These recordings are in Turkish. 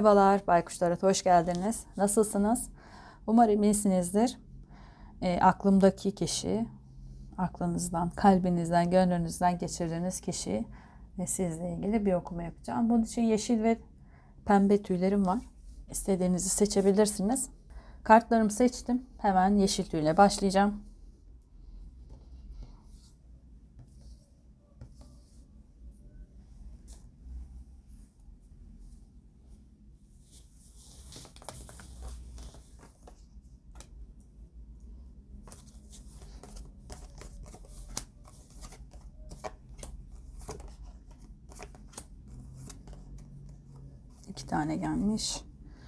Merhabalar Baykuşlara, hoş geldiniz. Nasılsınız? Umarım iyisinizdir. Aklımdaki kişi, aklınızdan, kalbinizden, gönlünüzden geçirdiğiniz kişi ve sizle ilgili bir okuma yapacağım. Bunun için yeşil ve pembe tüylerim var. İstediğinizi seçebilirsiniz. Kartlarımı seçtim. Hemen yeşil tüyle başlayacağım. İki tane gelmiş.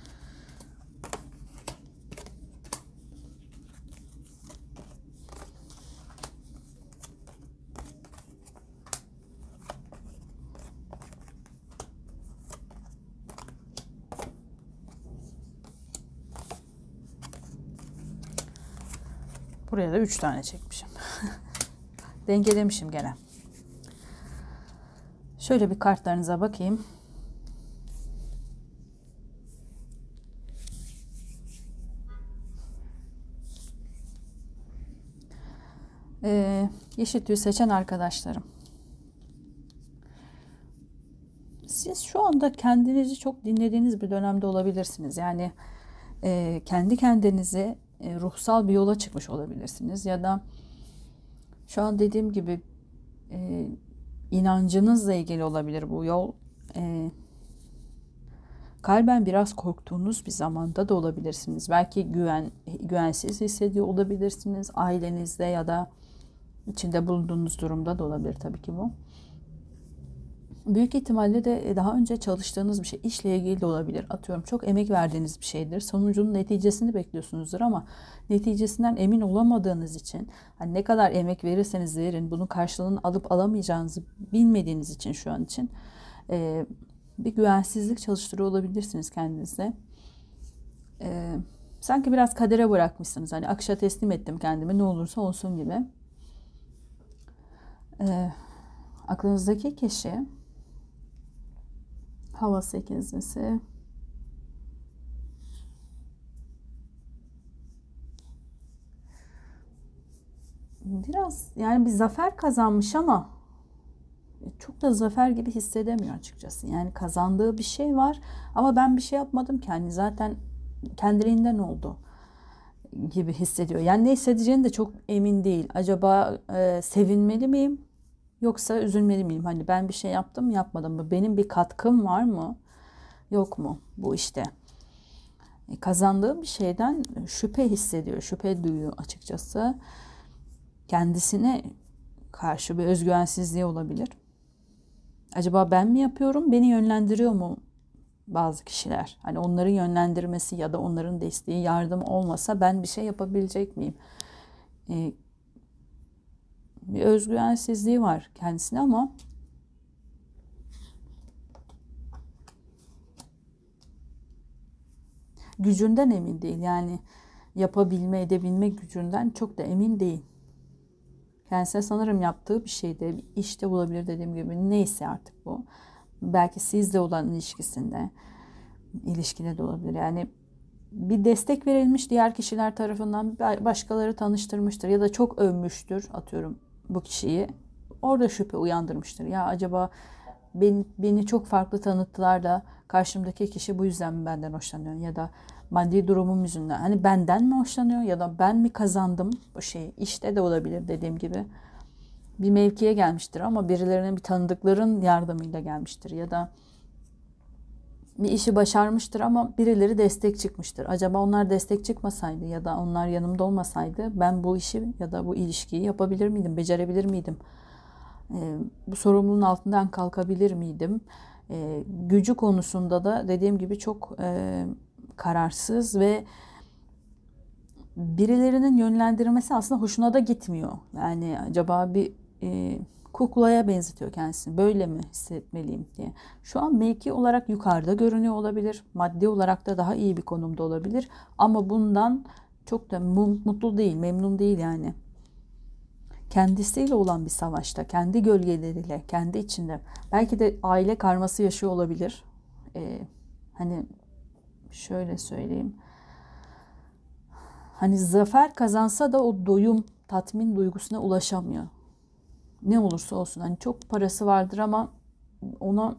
Buraya da 3 tane çekmişim. Dengelemişim gene. Şöyle bir kartlarınıza bakayım. Yeşil tüy seçen arkadaşlarım. Siz şu anda kendinizi çok dinlediğiniz bir dönemde olabilirsiniz. Yani kendi kendinize ruhsal bir yola çıkmış olabilirsiniz. Ya da şu an dediğim gibi inancınızla ilgili olabilir bu yol. Kalben biraz korktuğunuz bir zamanda da olabilirsiniz. Belki güvensiz hissediyor olabilirsiniz. Ailenizde ya da içinde bulunduğunuz durumda da olabilir tabii ki bu. Büyük ihtimalle de daha önce çalıştığınız bir şey, işle ilgili de olabilir. Atıyorum çok emek verdiğiniz bir şeydir. Sonucunun neticesini bekliyorsunuzdur ama neticesinden emin olamadığınız için, hani ne kadar emek verirseniz verin, bunun karşılığını alıp alamayacağınızı bilmediğiniz için şu an için bir güvensizlik çalıştırıyor olabilirsiniz kendinize. Sanki biraz kadere bırakmışsınız. Hani akışa teslim ettim kendimi, ne olursa olsun gibi. Aklınızdaki kişi hava sekizlisi, biraz yani bir zafer kazanmış ama çok da zafer gibi hissedemiyor açıkçası. Yani kazandığı bir şey var ama ben bir şey yapmadım ki. Yani zaten kendiliğinden oldu gibi hissediyor. Yani ne hissedeceğini de çok emin değil. Acaba sevinmeli miyim yoksa üzülmeli miyim? Hani ben bir şey yaptım mı yapmadım mı? Benim bir katkım var mı yok mu bu işte? Kazandığı bir şeyden şüphe hissediyor, şüphe duyuyor açıkçası. Kendisine karşı bir özgüvensizliği olabilir. Acaba ben mi yapıyorum, beni yönlendiriyor mu bazı kişiler? Hani onların yönlendirmesi ya da onların desteği, yardım olmasa ben bir şey yapabilecek miyim? Bir özgüvensizliği var kendisine ama gücünden emin değil. Yani yapabilme, edebilme gücünden çok da emin değil. Kendisine sanırım yaptığı bir şeyde, bir işte olabilir dediğim gibi. Neyse artık bu. Belki sizle olan ilişkide de olabilir. Yani bir destek verilmiş diğer kişiler tarafından, başkaları tanıştırmıştır ya da çok övmüştür atıyorum bu kişiyi. Orada şüphe uyandırmıştır. Ya acaba beni çok farklı tanıttılar da karşımdaki kişi bu yüzden mi benden hoşlanıyor ya da maddi durumum yüzünden. Hani benden mi hoşlanıyor ya da ben mi kazandım bu şeyi? İşte de olabilir dediğim gibi. Bir mevkiye gelmiştir ama birilerinin, bir tanıdıkların yardımıyla gelmiştir ya da bir işi başarmıştır ama birileri destek çıkmıştır. Acaba onlar destek çıkmasaydı ya da onlar yanımda olmasaydı ben bu işi ya da bu ilişkiyi yapabilir miydim, becerebilir miydim? Bu sorumluluğun altından kalkabilir miydim? Gücü konusunda da dediğim gibi çok kararsız ve birilerinin yönlendirmesi aslında hoşuna da gitmiyor. Yani acaba bir kuklaya benzetiyor kendisini. Böyle mi hissetmeliyim diye. Şu an mevki olarak yukarıda görünüyor olabilir. Maddi olarak da daha iyi bir konumda olabilir. Ama bundan çok da mutlu değil, memnun değil yani. Kendisiyle olan bir savaşta, kendi gölgeleriyle, kendi içinde. Belki de aile karması yaşıyor olabilir. Hani şöyle söyleyeyim. Hani zafer kazansa da o doyum, tatmin duygusuna ulaşamıyor. Ne olursa olsun. Hani çok parası vardır ama ona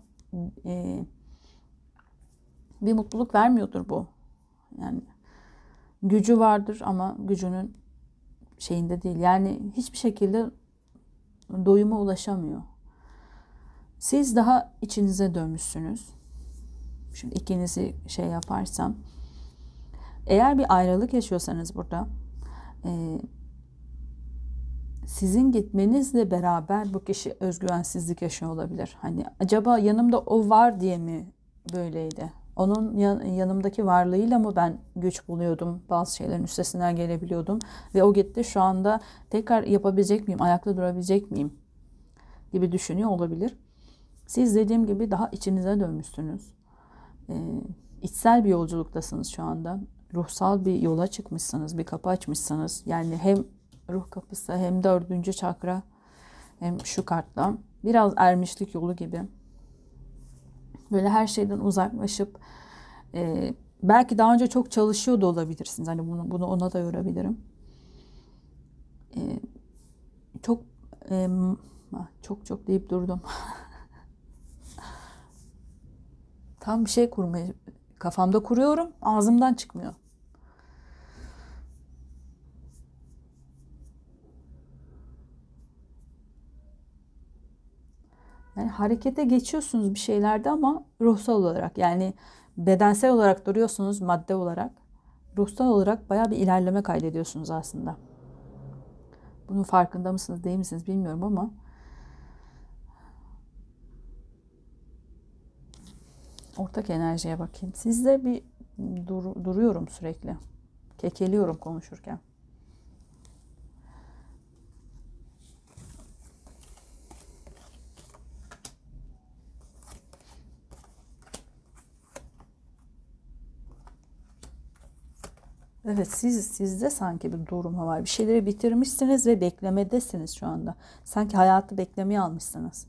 bir mutluluk vermiyordur bu. Yani gücü vardır ama gücünün şeyinde değil. Yani hiçbir şekilde doyuma ulaşamıyor. Siz daha içinize dönmüşsünüz. Şimdi ikinizi şey yaparsam. Eğer bir ayrılık yaşıyorsanız burada sizin gitmenizle beraber bu kişi özgüvensizlik yaşıyor olabilir. Hani acaba yanımda o var diye mi böyleydi? Onun yanımdaki varlığıyla mı ben güç buluyordum? Bazı şeylerin üstesinden gelebiliyordum. Ve o gitti, şu anda tekrar yapabilecek miyim? Ayakta durabilecek miyim? Gibi düşünüyor olabilir. Siz dediğim gibi daha içinize dönmüşsünüz. İçsel bir yolculuktasınız şu anda. Ruhsal bir yola çıkmışsınız. Bir kapı açmışsınız. Yani hem ruh kapısı hem dördüncü çakra hem şu kartla biraz ermişlik yolu gibi. Böyle her şeyden uzaklaşıp belki daha önce çok çalışıyor da olabilirsiniz. Hani bunu ona da yorabilirim. Çok çok deyip durdum. Tam bir şey kurmayı kafamda kuruyorum, ağzımdan çıkmıyor. Yani harekete geçiyorsunuz bir şeylerde ama ruhsal olarak, yani bedensel olarak duruyorsunuz, madde olarak. Ruhsal olarak bayağı bir ilerleme kaydediyorsunuz aslında. Bunun farkında mısınız, değil misiniz bilmiyorum ama ortak enerjiye bakayım. Sizde bir duruyorum sürekli. Kekeliyorum konuşurken. Evet, sizde sanki bir durma var. Bir şeyleri bitirmişsiniz ve beklemedesiniz şu anda. Sanki hayatı beklemeye almışsınız.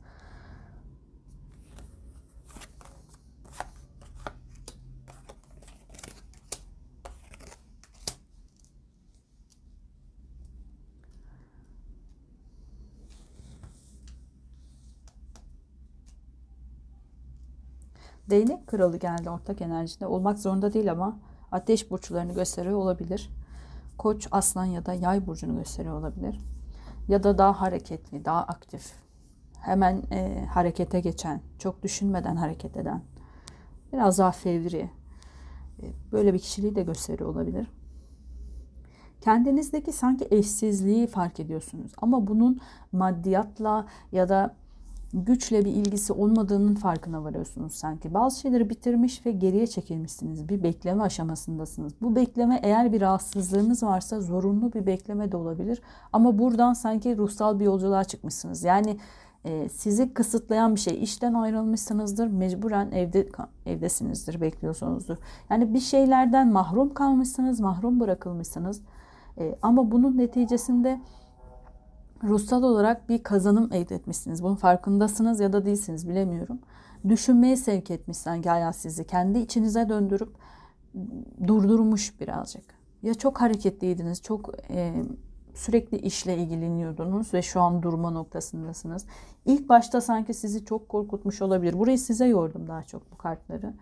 Değnek kralı geldi ortak enerjide. Olmak zorunda değil ama ateş burçlarını gösteriyor olabilir. Koç, aslan ya da yay burcunu gösteriyor olabilir. Ya da daha hareketli, daha aktif. Hemen harekete geçen, çok düşünmeden hareket eden. Biraz daha fevri. Böyle bir kişiliği de gösteriyor olabilir. Kendinizdeki sanki eşsizliği fark ediyorsunuz. Ama bunun maddiyatla ya da güçle bir ilgisi olmadığının farkına varıyorsunuz sanki. Bazı şeyleri bitirmiş ve geriye çekilmişsiniz. Bir bekleme aşamasındasınız. Bu bekleme, eğer bir rahatsızlığınız varsa zorunlu bir bekleme de olabilir. Ama buradan sanki ruhsal bir yolculuğa çıkmışsınız. Yani sizi kısıtlayan bir şey. İşten ayrılmışsınızdır. Mecburen evdesinizdir, bekliyorsunuzdur. Yani bir şeylerden mahrum kalmışsınız, mahrum bırakılmışsınız. Ama bunun neticesinde ruhsal olarak bir kazanım elde etmişsiniz. Bunun farkındasınız ya da değilsiniz, bilemiyorum. Düşünmeye sevk etmiş sanki hayat sizi. Kendi içinize döndürüp durdurmuş birazcık. Ya çok hareketliydiniz, çok sürekli işle ilgileniyordunuz ve şu an durma noktasındasınız. İlk başta sanki sizi çok korkutmuş olabilir. Burayı size yordum daha çok, bu kartları.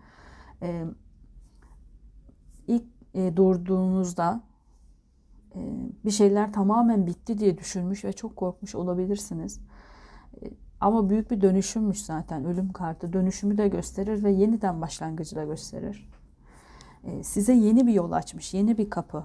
İlk durduğunuzda bir şeyler tamamen bitti diye düşünmüş ve çok korkmuş olabilirsiniz. Ama büyük bir dönüşümmüş zaten. Ölüm kartı dönüşümü de gösterir ve yeniden başlangıcı da gösterir. Size yeni bir yol açmış, yeni bir kapı.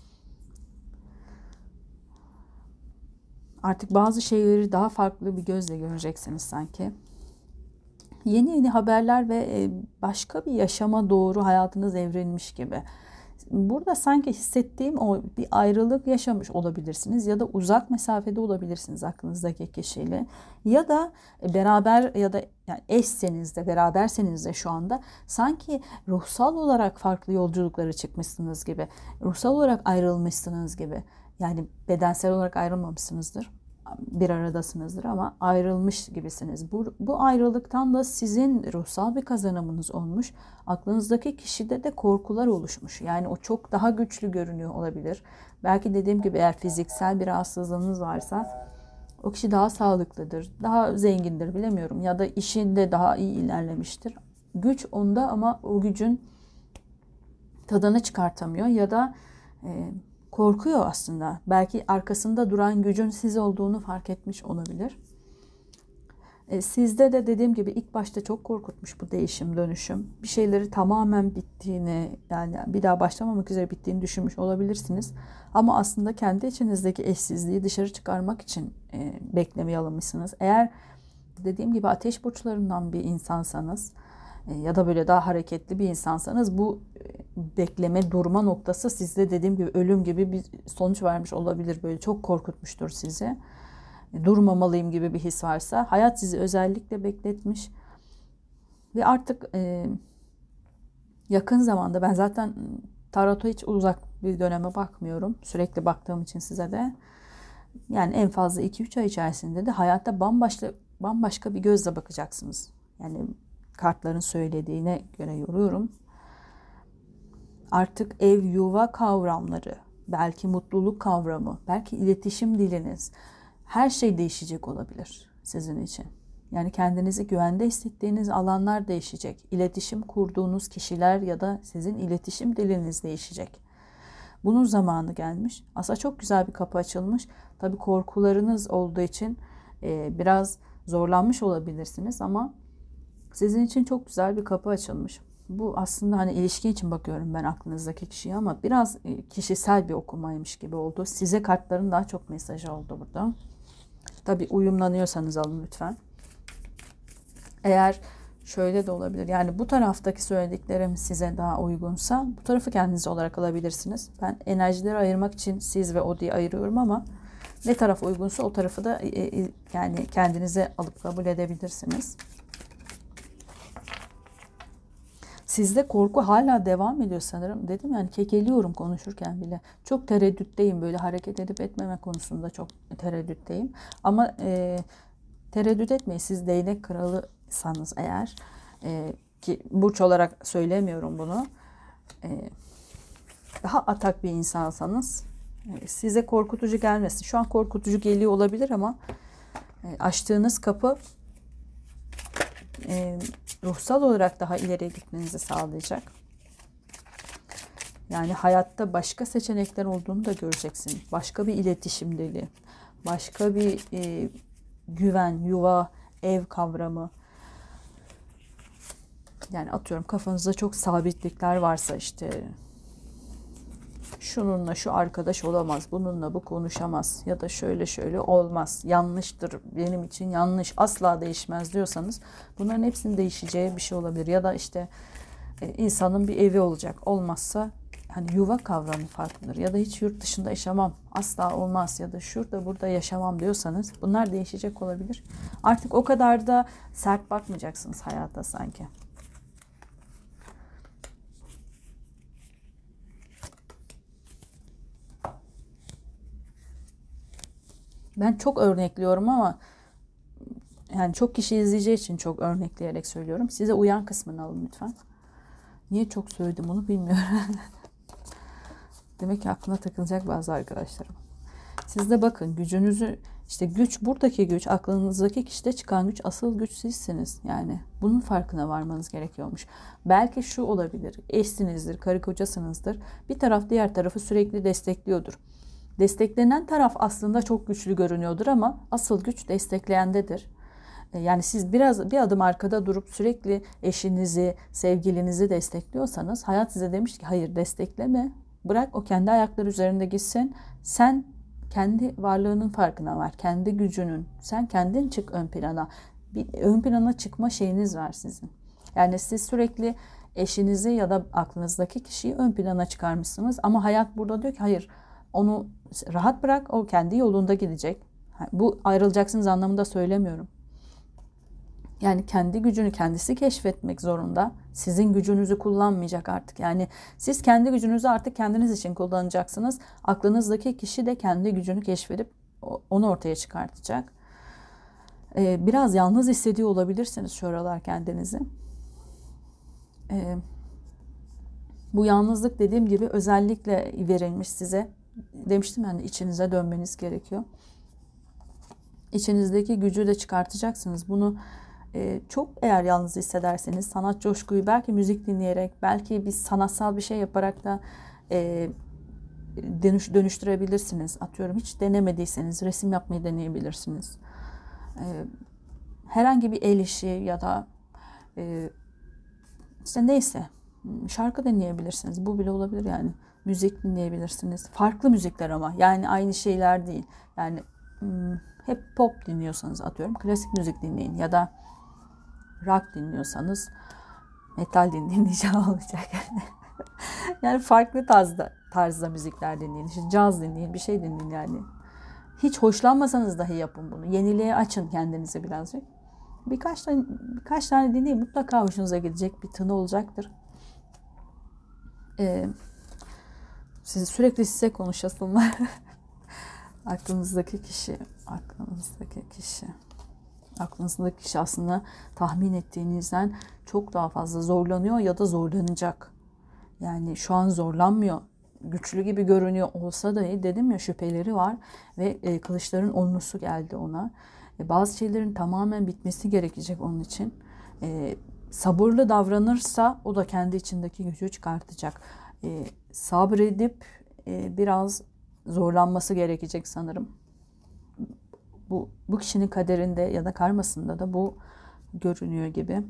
Artık bazı şeyleri daha farklı bir gözle göreceksiniz sanki. Yeni haberler ve başka bir yaşama doğru hayatınız evrilmiş gibi. Burada sanki hissettiğim o bir ayrılık yaşamış olabilirsiniz ya da uzak mesafede olabilirsiniz aklınızdaki kişiyle, ya da beraber ya da yani eşseniz de beraberseniz de şu anda sanki ruhsal olarak farklı yolculuklara çıkmışsınız gibi, ruhsal olarak ayrılmışsınız gibi. Yani bedensel olarak ayrılmamışsınızdır bir aradasınızdır ama ayrılmış gibisiniz. Bu ayrılıktan da sizin ruhsal bir kazanımınız olmuş. Aklınızdaki kişide de korkular oluşmuş. Yani o çok daha güçlü görünüyor olabilir. Belki dediğim gibi eğer fiziksel bir rahatsızlığınız varsa o kişi daha sağlıklıdır, daha zengindir bilemiyorum. Ya da işinde daha iyi ilerlemiştir. Güç onda ama o gücün tadını çıkartamıyor ya da korkuyor aslında. Belki arkasında duran gücün siz olduğunu fark etmiş olabilir. Sizde de dediğim gibi ilk başta çok korkutmuş bu değişim, dönüşüm. Bir şeyleri tamamen bittiğini, yani bir daha başlamamak üzere bittiğini düşünmüş olabilirsiniz. Ama aslında kendi içinizdeki eşsizliği dışarı çıkarmak için beklemeye alınmışsınız. Eğer dediğim gibi ateş burçlarından bir insansanız ya da böyle daha hareketli bir insansanız bu bekleme, durma noktası sizde dediğim gibi ölüm gibi bir sonuç vermiş olabilir. Böyle çok korkutmuştur sizi. Durmamalıyım gibi bir his varsa hayat sizi özellikle bekletmiş. Ve artık yakın zamanda ben zaten tarota hiç uzak bir döneme bakmıyorum. Sürekli baktığım için size de. Yani en fazla 2-3 ay içerisinde de hayata bambaşka bir gözle bakacaksınız. Yani kartların söylediğine göre yoruyorum. Artık ev, yuva kavramları, belki mutluluk kavramı, belki iletişim diliniz, her şey değişecek olabilir sizin için. Yani kendinizi güvende hissettiğiniz alanlar değişecek. İletişim kurduğunuz kişiler ya da sizin iletişim diliniz değişecek. Bunun zamanı gelmiş. Aslında çok güzel bir kapı açılmış. Tabii korkularınız olduğu için biraz zorlanmış olabilirsiniz ama sizin için çok güzel bir kapı açılmış. Bu aslında hani ilişki için bakıyorum ben aklınızdaki kişiye ama biraz kişisel bir okumaymış gibi oldu. Size kartların daha çok mesajı oldu burada. Tabii uyumlanıyorsanız alın lütfen. Eğer şöyle de olabilir. Yani bu taraftaki söylediklerim size daha uygunsa bu tarafı kendiniz olarak alabilirsiniz. Ben enerjileri ayırmak için siz ve o diye ayırıyorum ama ne taraf uygunsa o tarafı da yani kendinize alıp kabul edebilirsiniz. Sizde korku hala devam ediyor sanırım. Dedim yani kekeliyorum konuşurken bile. Çok tereddütteyim, böyle hareket edip etmeme konusunda çok tereddütteyim. Ama tereddüt etmeyin, siz değnek kralıysanız eğer ki burç olarak söylemiyorum bunu. Daha atak bir insansanız size korkutucu gelmesin. Şu an korkutucu geliyor olabilir ama açtığınız kapı ruhsal olarak daha ileriye gitmenizi sağlayacak. Yani hayatta başka seçenekler olduğunu da göreceksin. Başka bir iletişim dili, başka bir güven, yuva, ev kavramı. Yani atıyorum kafanızda çok sabitlikler varsa işte şununla şu arkadaş olamaz, bununla bu konuşamaz ya da şöyle şöyle olmaz, yanlıştır, benim için yanlış, asla değişmez diyorsanız bunların hepsinin değişeceği bir şey olabilir. Ya da işte insanın bir evi olacak, olmazsa hani yuva kavramı farklıdır. Ya da hiç yurt dışında yaşamam, asla olmaz ya da şurada burada yaşamam diyorsanız bunlar değişecek olabilir. Artık o kadar da sert bakmayacaksınız hayata sanki. Ben çok örnekliyorum ama yani çok kişi izleyeceği için çok örnekleyerek söylüyorum. Size uyan kısmını alın lütfen. Niye çok söyledim onu bilmiyorum. Demek ki aklına takılacak bazı arkadaşlarım. Siz de bakın gücünüzü, işte güç, buradaki güç, aklınızdaki kişide çıkan güç, asıl güç sizsiniz. Yani bunun farkına varmanız gerekiyormuş. Belki şu olabilir, eşsinizdir, karı kocasınızdır. Bir taraf diğer tarafı sürekli destekliyordur. Desteklenen taraf aslında çok güçlü görünüyordur ama asıl güç destekleyendedir. Yani siz biraz bir adım arkada durup sürekli eşinizi, sevgilinizi destekliyorsanız hayat size demiş ki hayır destekleme. Bırak o kendi ayakları üzerinde gitsin. Sen kendi varlığının farkına var. Kendi gücünün. Sen kendin çık ön plana. Bir ön plana çıkma şeyiniz var sizin. Yani siz sürekli eşinizi ya da aklınızdaki kişiyi ön plana çıkarmışsınız. Ama hayat burada diyor ki hayır onu rahat bırak. O kendi yolunda gidecek. Bu ayrılacaksınız anlamında söylemiyorum. Yani kendi gücünü kendisi keşfetmek zorunda. Sizin gücünüzü kullanmayacak artık. Yani siz kendi gücünüzü artık kendiniz için kullanacaksınız. Aklınızdaki kişi de kendi gücünü keşfedip onu ortaya çıkartacak. Biraz yalnız hissediyor olabilirsiniz şu aralar kendinizi. Bu yalnızlık dediğim gibi özellikle verilmiş size. Demiştim yani içinize dönmeniz gerekiyor. İçinizdeki gücü de çıkartacaksınız. Bunu çok eğer yalnız hissederseniz sanat coşkuyu belki müzik dinleyerek, belki bir sanatsal bir şey yaparak da dönüştürebilirsiniz. Atıyorum hiç denemediyseniz resim yapmayı deneyebilirsiniz. Herhangi bir el işi ya da işte neyse şarkı dinleyebilirsiniz. Bu bile olabilir yani. Müzik dinleyebilirsiniz. Farklı müzikler ama yani aynı şeyler değil. Yani hep pop dinliyorsanız atıyorum klasik müzik dinleyin ya da rock dinliyorsanız metal dinleyin diyeceğim olacak. Yani farklı tarzda müzikler dinleyin. İşte caz dinleyin, bir şey dinleyin yani. Hiç hoşlanmasanız dahi yapın bunu. Yeniliğe açın kendinizi birazcık. Birkaç tane dinleyin. Mutlaka hoşunuza gidecek bir tını olacaktır. Sürekli size konuşasım var. Aklınızdaki kişi aslında tahmin ettiğinizden çok daha fazla zorlanıyor ya da zorlanacak. Yani şu an zorlanmıyor. Güçlü gibi görünüyor olsa dahi dedim ya şüpheleri var ve kılıçların onlusu geldi ona. Bazı şeylerin tamamen bitmesi gerekecek onun için. Sabırlı davranırsa o da kendi içindeki gücü çıkartacak. Sabredip biraz zorlanması gerekecek sanırım. Bu kişinin kaderinde ya da karmasında da bu görünüyor gibi.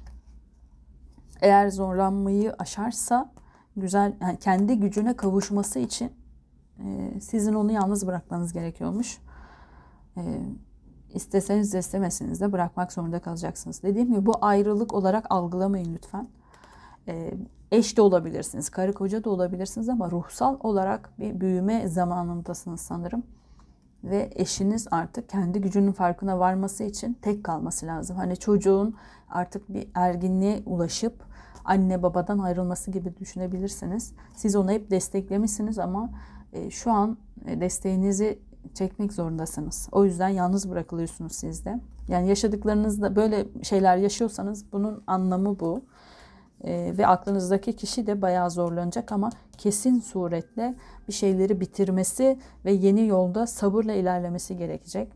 Eğer zorlanmayı aşarsa güzel, yani kendi gücüne kavuşması için sizin onu yalnız bırakmanız gerekiyormuş. İsteseniz de istemeseniz de bırakmak zorunda kalacaksınız. Dediğim gibi bu ayrılık olarak algılamayın lütfen. Eş de olabilirsiniz, karı koca da olabilirsiniz ama ruhsal olarak bir büyüme zamanındasınız sanırım. Ve eşiniz artık kendi gücünün farkına varması için tek kalması lazım. Hani çocuğun artık bir erginliğe ulaşıp anne babadan ayrılması gibi düşünebilirsiniz. Siz onu hep desteklemişsiniz ama şu an desteğinizi çekmek zorundasınız. O yüzden yalnız bırakılıyorsunuz siz de. Yani yaşadıklarınızda böyle şeyler yaşıyorsanız bunun anlamı bu. Ve aklınızdaki kişi de bayağı zorlanacak ama kesin suretle bir şeyleri bitirmesi ve yeni yolda sabırla ilerlemesi gerekecek.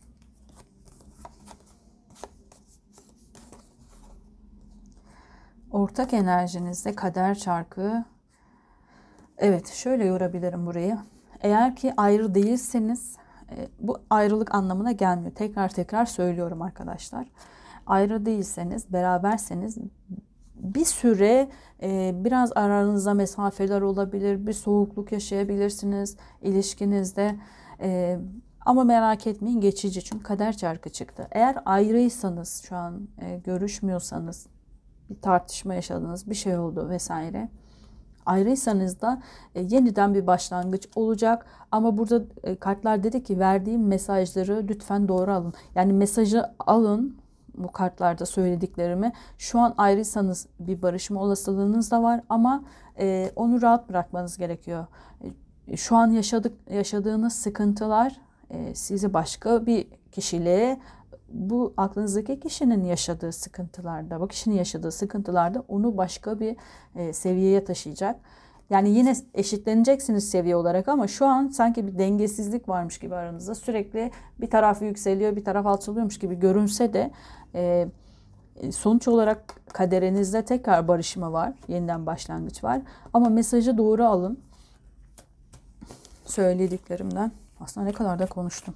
Ortak enerjinizde kader çarkı. Evet, şöyle yorabilirim burayı. Eğer ki ayrı değilseniz bu ayrılık anlamına gelmiyor. Tekrar söylüyorum arkadaşlar. Ayrı değilseniz, beraberseniz bir süre biraz aranızda mesafeler olabilir, bir soğukluk yaşayabilirsiniz ilişkinizde. Ama merak etmeyin, geçici, çünkü kader çarkı çıktı. Eğer ayrıysanız, şu an görüşmüyorsanız, bir tartışma yaşadınız, bir şey oldu vesaire. Ayrıysanız da yeniden bir başlangıç olacak. Ama burada kartlar dedi ki verdiğim mesajları lütfen doğru alın. Yani mesajı alın. Bu kartlarda söylediklerimi. Şu an ayrıysanız bir barışma olasılığınız da var ama onu rahat bırakmanız gerekiyor. Şu an yaşadığınız sıkıntılar sizi başka bir kişiliğe, bu aklınızdaki kişinin yaşadığı sıkıntılarda, bu kişinin yaşadığı sıkıntılarda onu başka bir seviyeye taşıyacak. Yani yine eşitleneceksiniz seviye olarak ama şu an sanki bir dengesizlik varmış gibi aranızda. Sürekli bir taraf yükseliyor, bir taraf alçalıyormuş gibi görünse de sonuç olarak kaderinizde tekrar barışma var, yeniden başlangıç var. Ama mesajı doğru alın. Söylediklerimden. Aslında ne kadar da konuştum.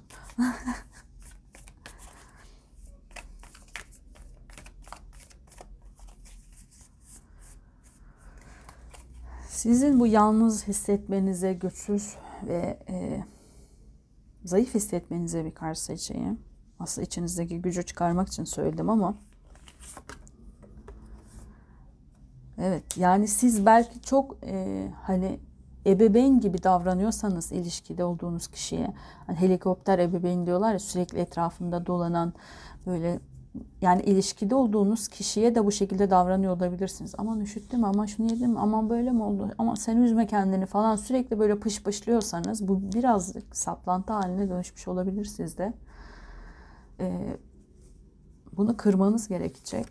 Sizin bu yalnız hissetmenize, güçsüz ve zayıf hissetmenize bir karşı seçeyim. Aslında içinizdeki gücü çıkarmak için söyledim ama evet, yani siz belki çok hani ebeveyn gibi davranıyorsanız ilişkide olduğunuz kişiye, hani helikopter ebeveyn diyorlar ya, sürekli etrafında dolanan, böyle Yani ilişkide olduğunuz kişiye de bu şekilde davranıyor olabilirsiniz. Aman üşüttüm mi? Aman şunu yedim mi? Aman böyle mi oldu? Aman sen üzme kendini falan, sürekli böyle pışlıyorsanız bu birazcık saplantı haline dönüşmüş olabilir sizde. Bunu kırmanız gerekecek.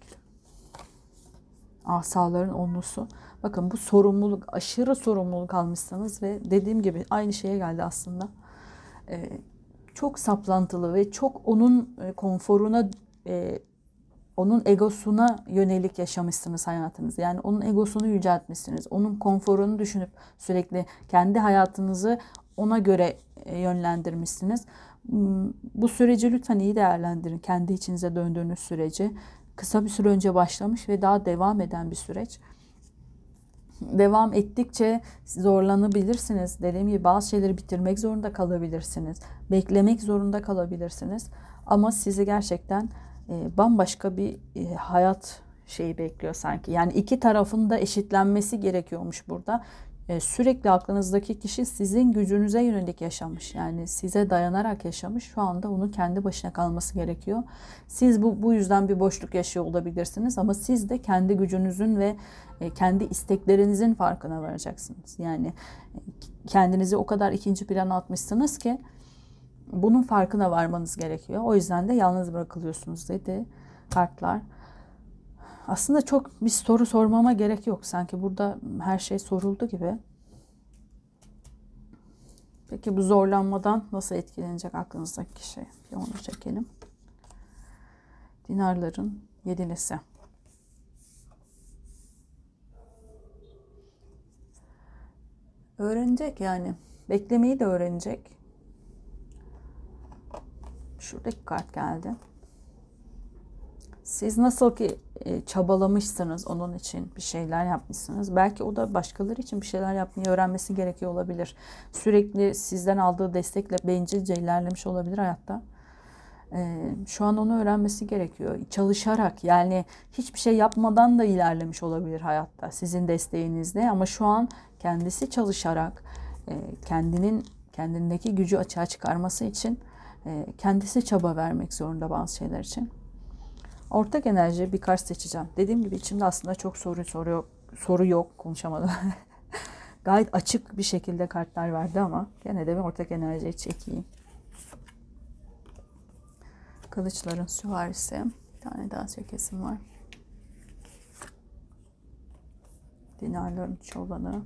Asaların onlusu. Bakın bu sorumluluk, aşırı sorumluluk almışsanız ve dediğim gibi aynı şeye geldi aslında. Çok saplantılı ve çok onun konforuna, onun egosuna yönelik yaşamışsınız hayatınızı. Yani onun egosunu yüceltmişsiniz. Onun konforunu düşünüp sürekli kendi hayatınızı ona göre yönlendirmişsiniz. Bu süreci lütfen iyi değerlendirin. Kendi içinize döndüğünüz süreci. Kısa bir süre önce başlamış ve daha devam eden bir süreç. Devam ettikçe zorlanabilirsiniz. Dediğim gibi bazı şeyleri bitirmek zorunda kalabilirsiniz. Beklemek zorunda kalabilirsiniz. Ama sizi gerçekten bambaşka bir hayat şeyi bekliyor sanki. Yani iki tarafın da eşitlenmesi gerekiyormuş burada. Sürekli aklınızdaki kişi sizin gücünüze yönelik yaşamış. Yani size dayanarak yaşamış. Şu anda onun kendi başına kalması gerekiyor. Siz bu yüzden bir boşluk yaşıyor olabilirsiniz. Ama siz de kendi gücünüzün ve kendi isteklerinizin farkına varacaksınız. Yani kendinizi o kadar ikinci plana atmışsınız ki bunun farkına varmanız gerekiyor. O yüzden de yalnız bırakılıyorsunuz dedi kartlar. Aslında çok bir soru sormama gerek yok. Sanki burada her şey soruldu gibi. Peki bu zorlanmadan nasıl etkilenecek aklınızdaki kişi? Bir onu çekelim. Dinarların yedilisi. Öğrenecek yani. Beklemeyi de öğrenecek. Şuradaki kart geldi. Siz nasıl ki çabalamışsınız onun için, bir şeyler yapmışsınız. Belki o da başkaları için bir şeyler yapmayı öğrenmesi gerekiyor olabilir. Sürekli sizden aldığı destekle bencilce ilerlemiş olabilir hayatta. Şu an onu öğrenmesi gerekiyor. Çalışarak, yani hiçbir şey yapmadan da ilerlemiş olabilir hayatta sizin desteğinizle. Ama şu an kendisi çalışarak kendindeki gücü açığa çıkarması için kendisi çaba vermek zorunda bazı şeyler için. Ortak enerji bir kart seçeceğim. Dediğim gibi içimde aslında çok soru yok, konuşamadım. Gayet açık bir şekilde kartlar verdi ama gene de bir ortak enerjiyi çekeyim. Kılıçların süvarisi. Bir tane daha çekesim var. Dinarların çobanı.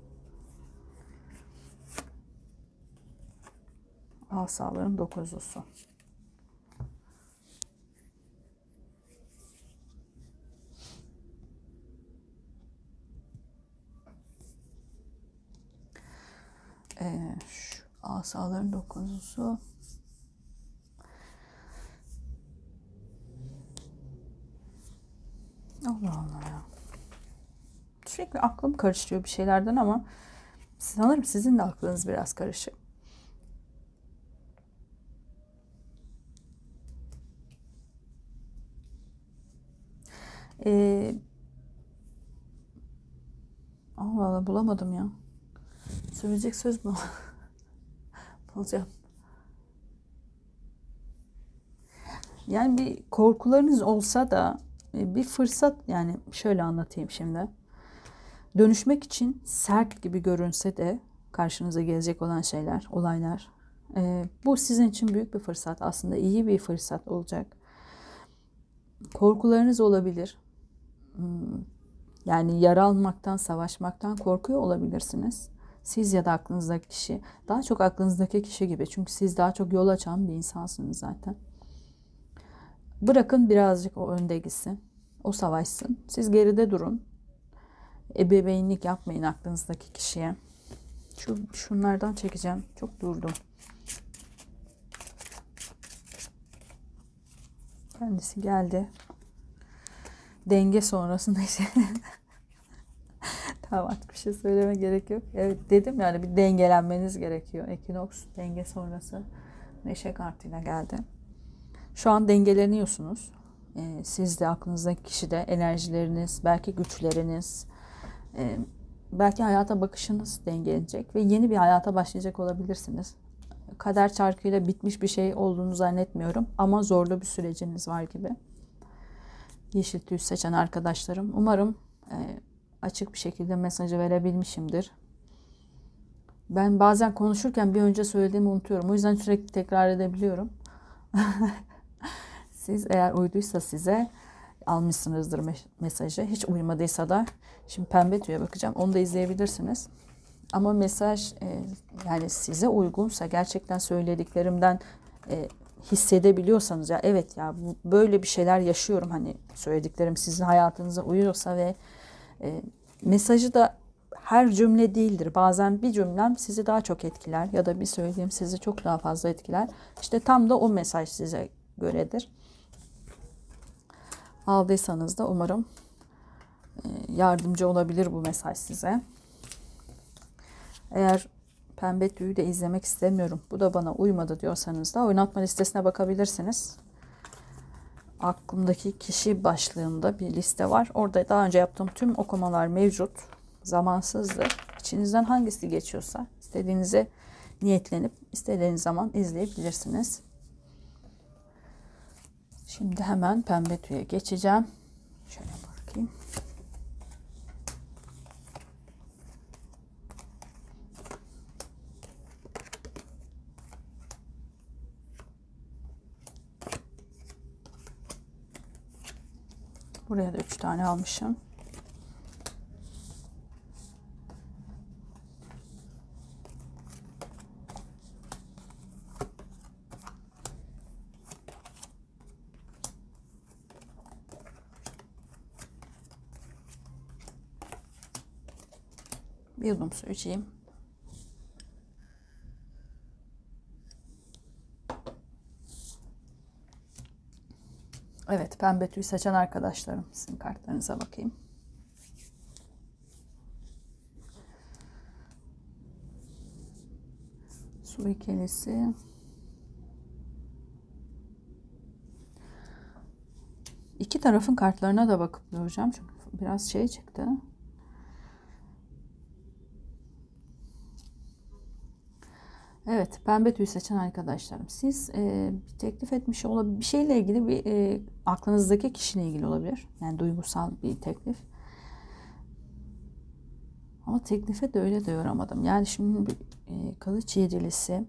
Asaların dokuzlusu. Şu asaların dokuzlusu. Allah Allah ya. Sürekli aklım karışıyor bir şeylerden ama sanırım sizin de aklınız biraz karışık. Allah Allah, bulamadım ya. Söyleyecek söz mü? Bulacağım. Yani bir korkularınız olsa da bir fırsat, yani şöyle anlatayım şimdi. Dönüşmek için sert gibi görünse de karşınıza gelecek olan şeyler, olaylar, bu sizin için büyük bir fırsat. Aslında iyi bir fırsat olacak. Korkularınız olabilir. Yani yara almaktan, savaşmaktan korkuyor olabilirsiniz. Siz ya da aklınızdaki kişi. Daha çok aklınızdaki kişi gibi. Çünkü siz daha çok yol açan bir insansınız zaten. Bırakın birazcık o önde gitsin. O savaşsın. Siz geride durun. Ebeveynlik yapmayın aklınızdaki kişiye. Şunlardan çekeceğim. Çok durdum. Kendisi geldi. Denge sonrasında işte. Tamam, artık bir şey söyleme gerek yok. Evet, dedim yani bir dengelenmeniz gerekiyor. Ekinoks denge sonrası neşe kartıyla geldi. Şu an dengeleniyorsunuz. Siz de aklınızdaki kişi de, enerjileriniz, belki güçleriniz, belki hayata bakışınız dengelenecek ve yeni bir hayata başlayacak olabilirsiniz. Kader çarkıyla bitmiş bir şey olduğunu zannetmiyorum ama zorlu bir süreciniz var gibi. Yeşil tüy seçen arkadaşlarım. Umarım açık bir şekilde mesajı verebilmişimdir. Ben bazen konuşurken bir önce söylediğimi unutuyorum. O yüzden sürekli tekrar edebiliyorum. Siz eğer uyduysa size almışsınızdır mesajı. Hiç uymadıysa da şimdi pembe tüye bakacağım. Onu da izleyebilirsiniz. Ama mesaj yani size uygunsa, gerçekten söylediklerimden hissedebiliyorsanız, ya evet ya böyle bir şeyler yaşıyorum, hani söylediklerim sizin hayatınıza uyuyorsa ve mesajı da her cümle değildir. Bazen bir cümlem sizi daha çok etkiler ya da bir söylediğim sizi çok daha fazla etkiler. İşte tam da o mesaj size göredir. Aldıysanız da umarım yardımcı olabilir bu mesaj size. Eğer pembe tüyü de izlemek istemiyorum, bu da bana uymadı diyorsanız da oynatma listesine bakabilirsiniz. Aklımdaki kişi başlığında bir liste var. Orada daha önce yaptığım tüm okumalar mevcut. Zamansızdır. İçinizden hangisi geçiyorsa istediğinize niyetlenip istediğiniz zaman izleyebilirsiniz. Şimdi hemen pembe tüye geçeceğim. Şöyle bakayım. Buraya da 3 tane almışım. Bir yudum su içeyim. Evet, pembe tüy seçen arkadaşlarım, sizin kartlarınıza bakayım. Su ikelisi. İki tarafın kartlarına da bakıp göreceğim çünkü biraz şey çıktı. Evet, pembe tüy seçen arkadaşlarım. Siz bir teklif etmiş olabilir, bir şeyle ilgili, bir aklınızdaki kişiyle ilgili olabilir. Yani duygusal bir teklif. Ama teklife de öyle de yoramadım. Yani şimdi bir kılıç yedilisi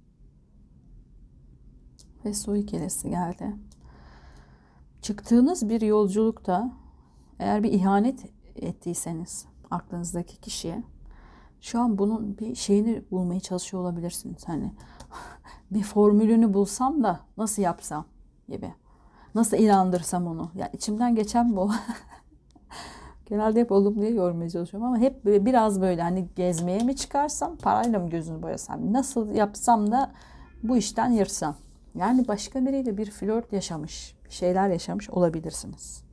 ve su ikilisi geldi. Çıktığınız bir yolculukta eğer bir ihanet ettiyseniz aklınızdaki kişiye, şu an bunun bir şeyini bulmaya çalışıyor olabilirsiniz. Hani bir formülünü bulsam da nasıl yapsam gibi. Nasıl inandırsam onu. Yani içimden geçen bu. Genelde hep olumluya yormaya çalışıyorum ama hep böyle, biraz böyle hani gezmeye mi çıkarsam, parayla mı gözünü boyasam, nasıl yapsam da bu işten yırtsam. Yani başka biriyle bir flört yaşamış, bir şeyler yaşamış olabilirsiniz.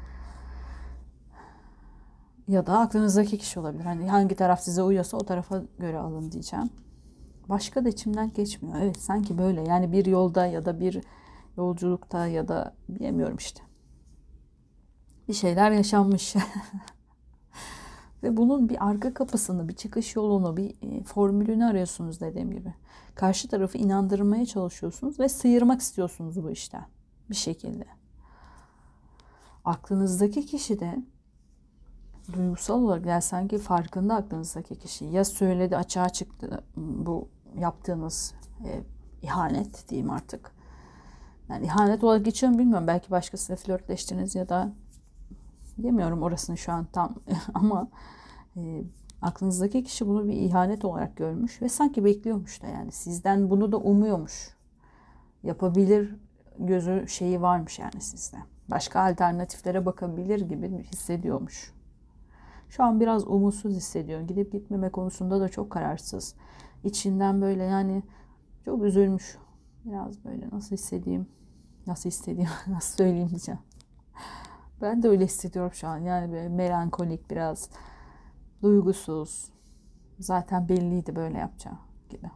Ya da aklınızdaki kişi olabilir. Hani hangi taraf size uyuyorsa o tarafa göre alın diyeceğim. Başka da içimden geçmiyor. Evet, sanki böyle yani bir yolda ya da bir yolculukta ya da bilemiyorum işte. Bir şeyler yaşanmış. Ve bunun bir arka kapısını, bir çıkış yolunu, bir formülünü arıyorsunuz dediğim gibi. Karşı tarafı inandırmaya çalışıyorsunuz ve sıyırmak istiyorsunuz bu işten bir şekilde. Aklınızdaki kişi de duygusal olarak, yani sanki farkında aklınızdaki kişi. Ya söyledi, açığa çıktı bu yaptığınız ihanet diyeyim artık. Yani ihanet olarak geçiyor mu bilmiyorum. Belki başkasıyla flörtleştiniz ya da bilmiyorum orasını şu an tam ama aklınızdaki kişi bunu bir ihanet olarak görmüş ve sanki bekliyormuş da, yani sizden bunu da umuyormuş. Yapabilir gözü şeyi varmış yani sizde. Başka alternatiflere bakabilir gibi hissediyormuş. Şu an biraz umutsuz hissediyor. Gidip gitmeme konusunda da çok kararsız. İçinden böyle yani çok üzülmüş. Biraz böyle nasıl hissedeyim, nasıl söyleyeyim diyeceğim. Ben de öyle hissediyorum şu an. Yani böyle melankolik, biraz duygusuz. Zaten belliydi böyle yapacağı gibi.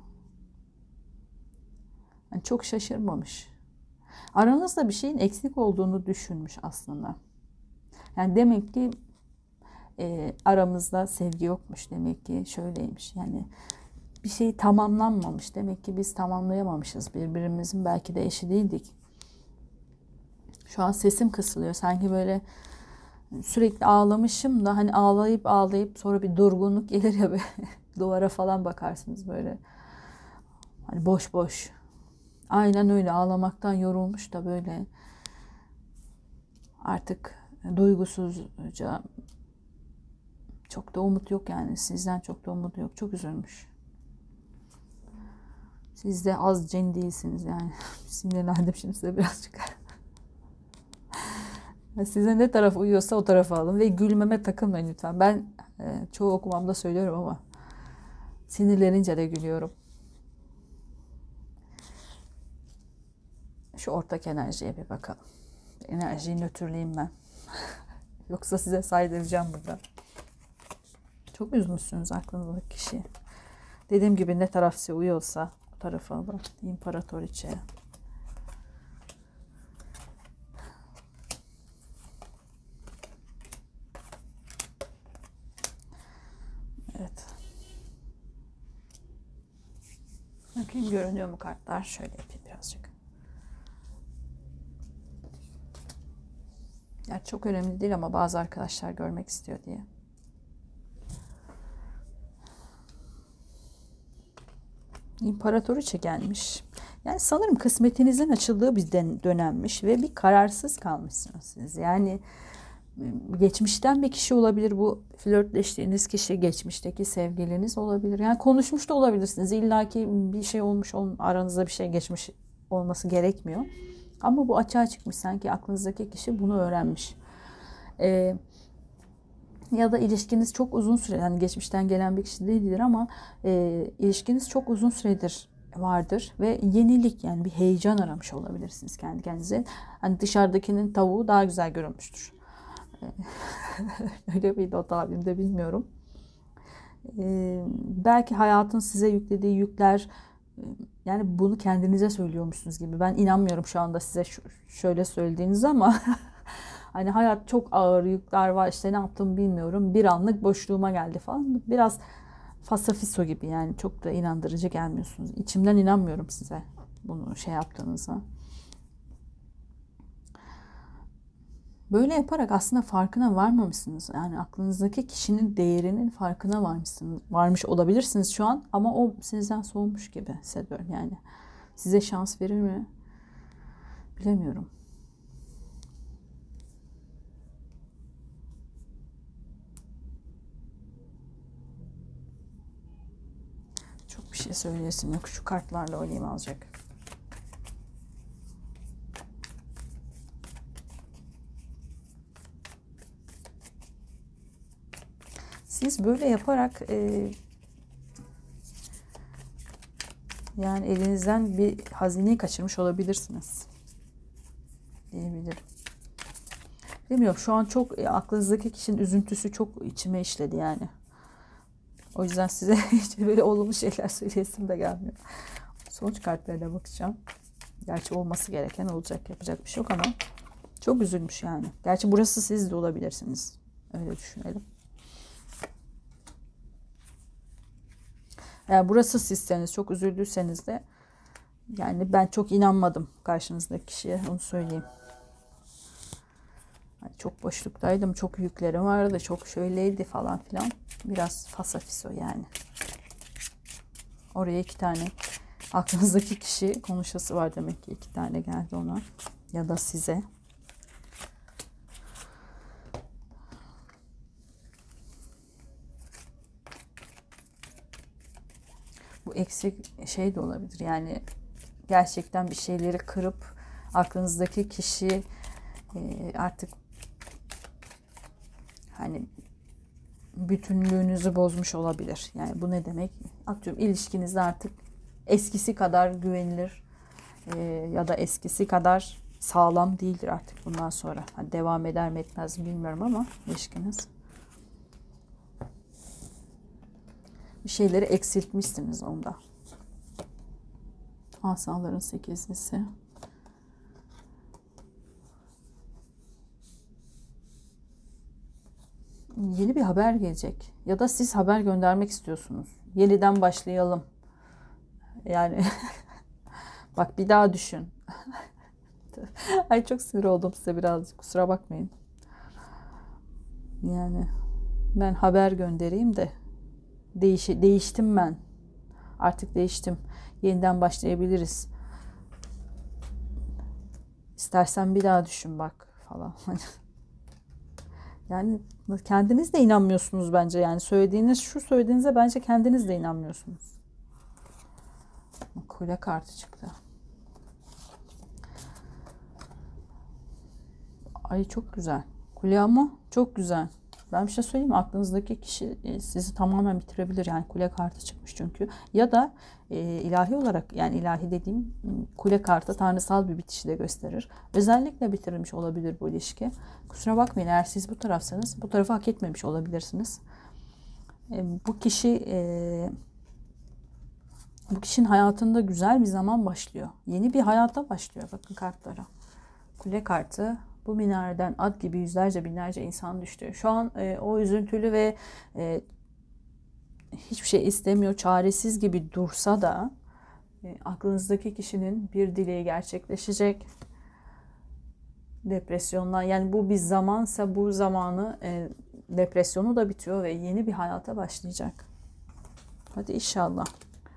Yani çok şaşırmamış. Aranızda bir şeyin eksik olduğunu düşünmüş aslında. Yani demek ki aramızda sevgi yokmuş. Demek ki şöyleymiş. Yani bir şey tamamlanmamış. Demek ki biz tamamlayamamışız birbirimizin. Belki de eşi değildik. Şu an sesim kısılıyor. Sanki böyle sürekli ağlamışım da, hani ağlayıp ağlayıp sonra bir durgunluk gelir ya, böyle duvara falan bakarsınız böyle. Hani boş boş. Aynen öyle, ağlamaktan yorulmuş da böyle artık duygusuzca, çok da umut yok yani, sizden çok da umut yok. Çok üzülmüş. Siz de az cin değilsiniz yani. Sinirlendim şimdi size birazcık. Size ne taraf uyuyorsa o tarafa alın ve gülmeme takılmayın lütfen. Ben çoğu okumamda söylüyorum ama sinirlenince de gülüyorum. Şu ortak enerjiye bir bakalım. Enerjiyi nötrleyeyim ben. Yoksa size saydıracağım burada. Çok üzmüşsünüz aklınızdaki kişiyi. Dediğim gibi ne taraf size uyuyorsa o tarafa alın. İmparatoriçe. Evet. Bakayım görünüyor mu kartlar? Şöyle yapayım birazcık. Yani çok önemli değil ama bazı arkadaşlar görmek istiyor diye. İmparatoriçe gelmiş. Yani sanırım kısmetinizin açıldığı bir dönemmiş ve bir kararsız kalmışsınız siz. Yani geçmişten bir kişi olabilir bu, flörtleştiğiniz kişi geçmişteki sevgiliniz olabilir. Yani konuşmuş da olabilirsiniz. İlla ki bir şey olmuş, aranızda bir şey geçmiş olması gerekmiyor. Ama bu açığa çıkmış, sanki aklınızdaki kişi bunu öğrenmiş. Ya da ilişkiniz çok uzun süre, yani geçmişten gelen bir kişi değildir ama ilişkiniz çok uzun süredir vardır ve yenilik, yani bir heyecan aramış olabilirsiniz kendi kendinize. Hani dışarıdakinin tavuğu daha güzel görünmüştür. Öyle bir o tabimde, bilmiyorum. Belki hayatın size yüklediği yükler, yani bunu kendinize söylüyormuşsunuz gibi. Ben inanmıyorum şu anda size şöyle söylediğiniz ama hani hayat çok ağır yükler var, işte ne yaptım bilmiyorum, bir anlık boşluğuma geldi falan. Biraz fasafiso gibi, yani çok da inandırıcı gelmiyorsunuz. İçimden inanmıyorum size bunu şey yaptığınıza. Böyle yaparak aslında farkına varmamışsınız. Yani aklınızdaki kişinin değerinin farkına varmışsınız. Varmış olabilirsiniz şu an ama o sizden soğumuş gibi hissediyorum yani. Size şans verir mi? Bilemiyorum. Çok bir şey söyleyesim yok. Şu kartlarla oynayayım alacak. Siz böyle yaparak yani elinizden bir hazineyi kaçırmış olabilirsiniz diyebilirim. Bilmiyorum, şu an çok aklınızdaki kişinin üzüntüsü çok içime işledi yani. O yüzden size hiç böyle olumlu şeyler söyleyesim de gelmiyor. Sonuç kartlarına bakacağım. Gerçi olması gereken olacak. Yapacak bir şey yok ama çok üzülmüş yani. Gerçi burası siz de olabilirsiniz. Öyle düşünelim. Yani burası sizseniz, çok üzüldüyseniz de, yani ben çok inanmadım karşınızdaki kişiye, onu söyleyeyim. Yani çok boşluktaydım, çok yüklerim vardı, çok şöyleydi falan filan. Biraz fasafiso yani. Oraya 2 tane aklınızdaki kişi konuşası var demek ki, 2 tane geldi ona ya da size. Bu eksik şey de olabilir yani, gerçekten bir şeyleri kırıp aklınızdaki kişi artık hani bütünlüğünüzü bozmuş olabilir. Yani bu ne demek? Atıyorum, ilişkinizde artık eskisi kadar güvenilir ya da eskisi kadar sağlam değildir artık bundan sonra. Hani devam eder mi etmez mi bilmiyorum ama ilişkiniz. Bir şeyleri eksiltmişsiniz onda. Asaların 8'lisi. Yeni bir haber gelecek. Ya da siz haber göndermek istiyorsunuz. Yeniden başlayalım. Yani bak, bir daha düşün. Ay çok sinir oldum size birazcık. Kusura bakmayın. Yani ben haber göndereyim de değiştim ben. Artık değiştim. Yeniden başlayabiliriz. İstersen bir daha düşün bak falan. Yani kendiniz de inanmıyorsunuz bence. Yani söylediğinize bence kendiniz de inanmıyorsunuz. Kule kartı çıktı. Ay çok güzel. Kule ama çok güzel. Ben bir şey söyleyeyim mi? Aklınızdaki kişi sizi tamamen bitirebilir. Yani kule kartı çıkmış çünkü. Ya da ilahi olarak, yani ilahi dediğim kule kartı tanrısal bir bitişi de gösterir. Özellikle bitirilmiş olabilir bu ilişki. Kusura bakmayın, eğer siz bu tarafsanız bu tarafı hak etmemiş olabilirsiniz. Bu kişi bu kişinin hayatında güzel bir zaman başlıyor. Yeni bir hayata başlıyor. Bakın kartlara. Kule kartı. Bu minareden at gibi yüzlerce binlerce insan düştü. Şu an o üzüntülü ve hiçbir şey istemiyor, çaresiz gibi dursa da aklınızdaki kişinin bir dileği gerçekleşecek. Depresyondan, yani bu bir zamansa bu zamanı depresyonu da bitiyor ve yeni bir hayata başlayacak. Hadi inşallah.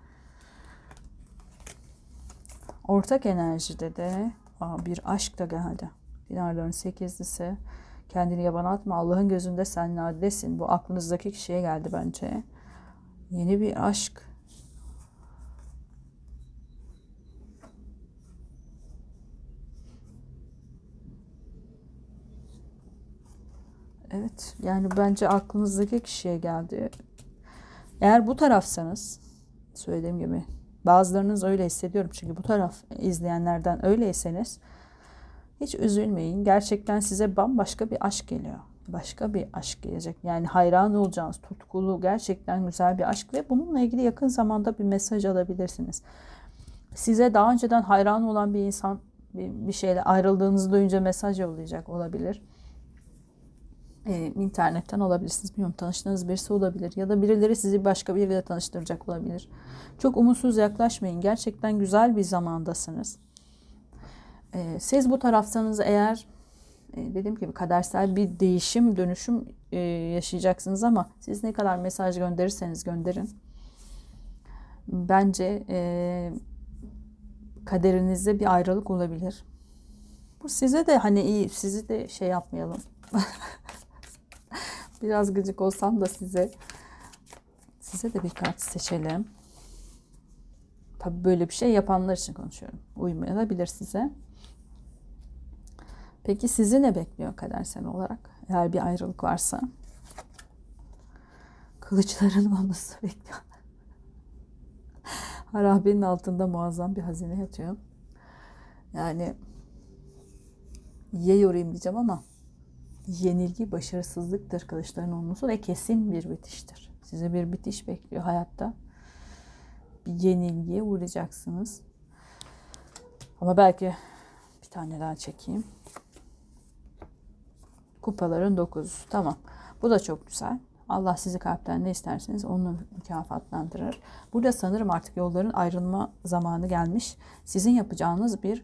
Ortak enerjide de bir aşk da geldi. Dinarların 8'lisi. Kendini yabana atma. Allah'ın gözünde sen nadidesin. Bu aklınızdaki kişiye geldi bence. Yeni bir aşk. Evet. Yani bence aklınızdaki kişiye geldi. Eğer bu tarafsanız, söylediğim gibi, bazılarınız öyle hissediyorum çünkü bu taraf izleyenlerden öyleyseniz hiç üzülmeyin. Gerçekten size bambaşka bir aşk geliyor. Başka bir aşk gelecek. Yani hayran olacağınız, tutkulu, gerçekten güzel bir aşk ve bununla ilgili yakın zamanda bir mesaj alabilirsiniz. Size daha önceden hayran olan bir insan bir şeyle ayrıldığınızı duyunca mesaj yollayacak olabilir. İnternetten olabilirsiniz. Bilmiyorum, tanıştığınız birisi olabilir. Ya da birileri sizi başka biriyle tanıştıracak olabilir. Çok umutsuz yaklaşmayın. Gerçekten güzel bir zamandasınız. Siz bu tarafsanız eğer, dediğim gibi kadersel bir değişim, dönüşüm yaşayacaksınız ama siz ne kadar mesaj gönderirseniz gönderin. Bence kaderinizde bir ayrılık olabilir. Bu size de hani iyi, sizi de şey yapmayalım. Biraz gıcık olsam da size de bir kart seçelim. Tabii böyle bir şey yapanlar için konuşuyorum. Uymayabilir size. Peki sizi ne bekliyor kadersel olarak? Eğer bir ayrılık varsa. Kılıçların olması bekliyor. Harabenin altında muazzam bir hazine yatıyor. Yani yorayım diyeceğim ama yenilgi başarısızlıktır kılıçların olması ve kesin bir bitiştir. Size bir bitiş bekliyor hayatta. Bir yenilgiye uğrayacaksınız. Ama belki bir tane daha çekeyim. Kupaların 9. Tamam. Bu da çok güzel. Allah sizi kalpten ne isterseniz onu mükafatlandırır. Burada sanırım artık yolların ayrılma zamanı gelmiş. Sizin yapacağınız bir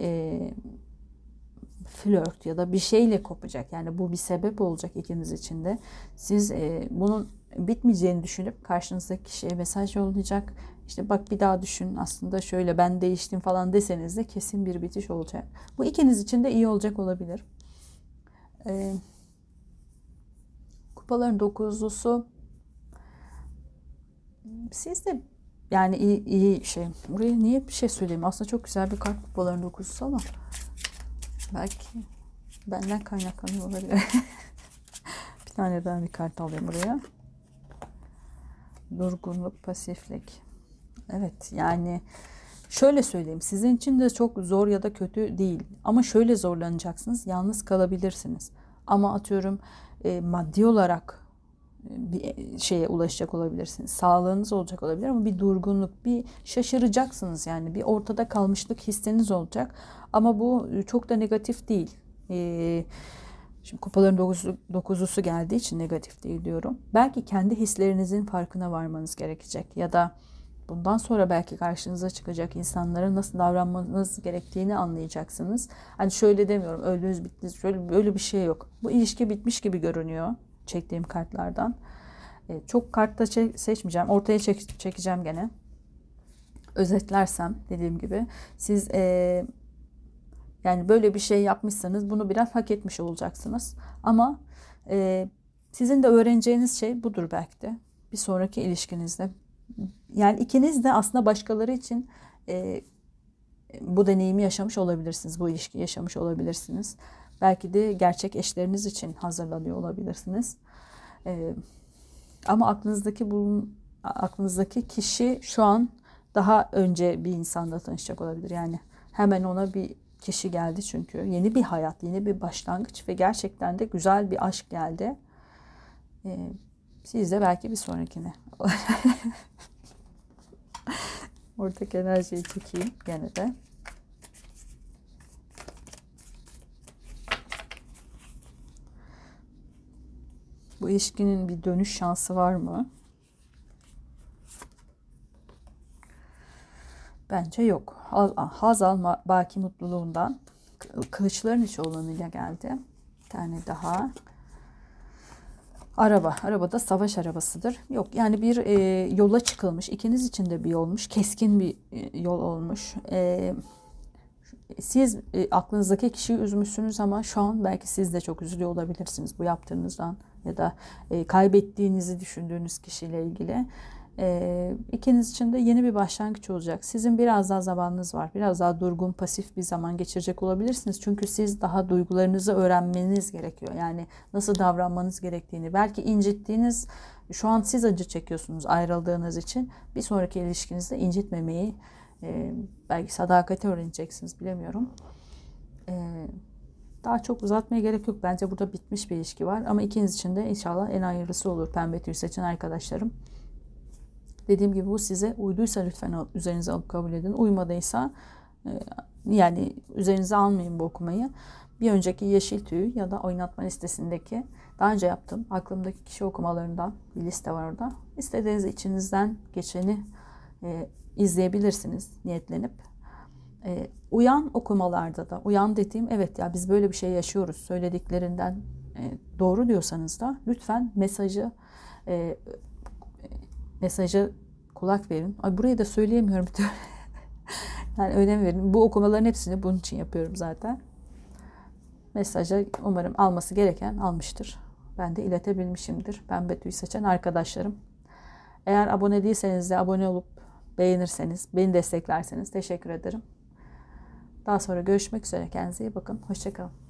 flört ya da bir şeyle kopacak. Yani bu bir sebep olacak ikiniz için de. Siz bunun bitmeyeceğini düşünüp karşınızdaki kişiye mesaj yollayacak. İşte bak bir daha düşün, aslında şöyle ben değiştim falan deseniz de kesin bir bitiş olacak. Bu ikiniz için de iyi olacak olabilir. Kupaların 9'lusu siz de yani iyi şey. Buraya niye bir şey söyleyeyim? Aslında çok güzel bir kart kupaların 9'lusu ama belki benden kaynaklanıyor olabilir. Bir tane daha bir kart alayım buraya. Durgunluk, pasiflik. Evet, yani şöyle söyleyeyim. Sizin için de çok zor ya da kötü değil. Ama şöyle zorlanacaksınız. Yalnız kalabilirsiniz. Ama atıyorum maddi olarak bir şeye ulaşacak olabilirsiniz. Sağlığınız olacak olabilir ama bir durgunluk, bir şaşıracaksınız yani. Bir ortada kalmışlık hissiniz olacak. Ama bu çok da negatif değil. Şimdi kupaların 9'lusu geldiği için negatif değil diyorum. Belki kendi hislerinizin farkına varmanız gerekecek. Ya da Bundan sonra belki karşınıza çıkacak insanlara nasıl davranmanız gerektiğini anlayacaksınız. Hani şöyle demiyorum, öldünüz bittiniz, şöyle böyle bir şey yok. Bu ilişki bitmiş gibi görünüyor çektiğim kartlardan. Çok kart da seçmeyeceğim. Ortaya çekeceğim gene. Özetlersem dediğim gibi siz yani böyle bir şey yapmışsanız bunu biraz hak etmiş olacaksınız. Ama sizin de öğreneceğiniz şey budur belki de. Bir sonraki ilişkinizde. Yani ikiniz de aslında başkaları için bu deneyimi yaşamış olabilirsiniz. Bu ilişkiyi yaşamış olabilirsiniz. Belki de gerçek eşleriniz için hazırlanıyor olabilirsiniz. Ama aklınızdaki kişi şu an daha önce bir insanla tanışacak olabilir. Yani hemen ona bir kişi geldi çünkü. Yeni bir hayat, yeni bir başlangıç ve gerçekten de güzel bir aşk geldi. Siz de belki bir sonrakine. Oradaki enerjiyi çekeyim gene de. Bu ilişkinin bir dönüş şansı var mı? Bence yok. Hazal baki mutluluğundan kılıçların içi olanıyla geldi. Bir tane daha. Araba da savaş arabasıdır. Yok yani bir yola çıkılmış. İkiniz için de bir yolmuş. Keskin bir yol olmuş. Siz aklınızdaki kişiyi üzmüşsünüz ama şu an belki siz de çok üzülüyor olabilirsiniz bu yaptığınızdan. Ya da kaybettiğinizi düşündüğünüz kişiyle ilgili. İkiniz için de yeni bir başlangıç olacak. Sizin biraz daha zamanınız var. Biraz daha durgun, pasif bir zaman geçirecek olabilirsiniz. Çünkü siz daha duygularınızı öğrenmeniz gerekiyor. Yani nasıl davranmanız gerektiğini. Belki incittiğiniz, şu an siz acı çekiyorsunuz ayrıldığınız için. Bir sonraki ilişkinizde incitmemeyi, belki sadakati öğreneceksiniz, bilemiyorum. Daha çok uzatmaya gerek yok. Bence burada bitmiş bir ilişki var. Ama ikiniz için de inşallah en hayırlısı olur pembe tüy seçen arkadaşlarım. Dediğim gibi bu size uyduysa lütfen üzerinize alıp kabul edin. Uymadıysa yani üzerinize almayın bu okumayı. Bir önceki yeşil tüy ya da oynatma listesindeki daha önce yaptığım aklımdaki kişi okumalarından bir liste var orada. İstediğiniz içinizden geçeni izleyebilirsiniz niyetlenip. Uyan okumalarda da, uyan dediğim evet ya biz böyle bir şey yaşıyoruz söylediklerinden doğru diyorsanız da lütfen mesaja kulak verin. Ay burayı da söyleyemiyorum. Yani önem verin. Bu okumaların hepsini bunun için yapıyorum zaten. Mesaja umarım alması gereken almıştır. Ben de iletebilmişimdir. Pembe tüy seçen arkadaşlarım. Eğer abone değilseniz de abone olup beğenirseniz, beni desteklerseniz teşekkür ederim. Daha sonra görüşmek üzere. Kendinize iyi bakın. Hoşça kalın.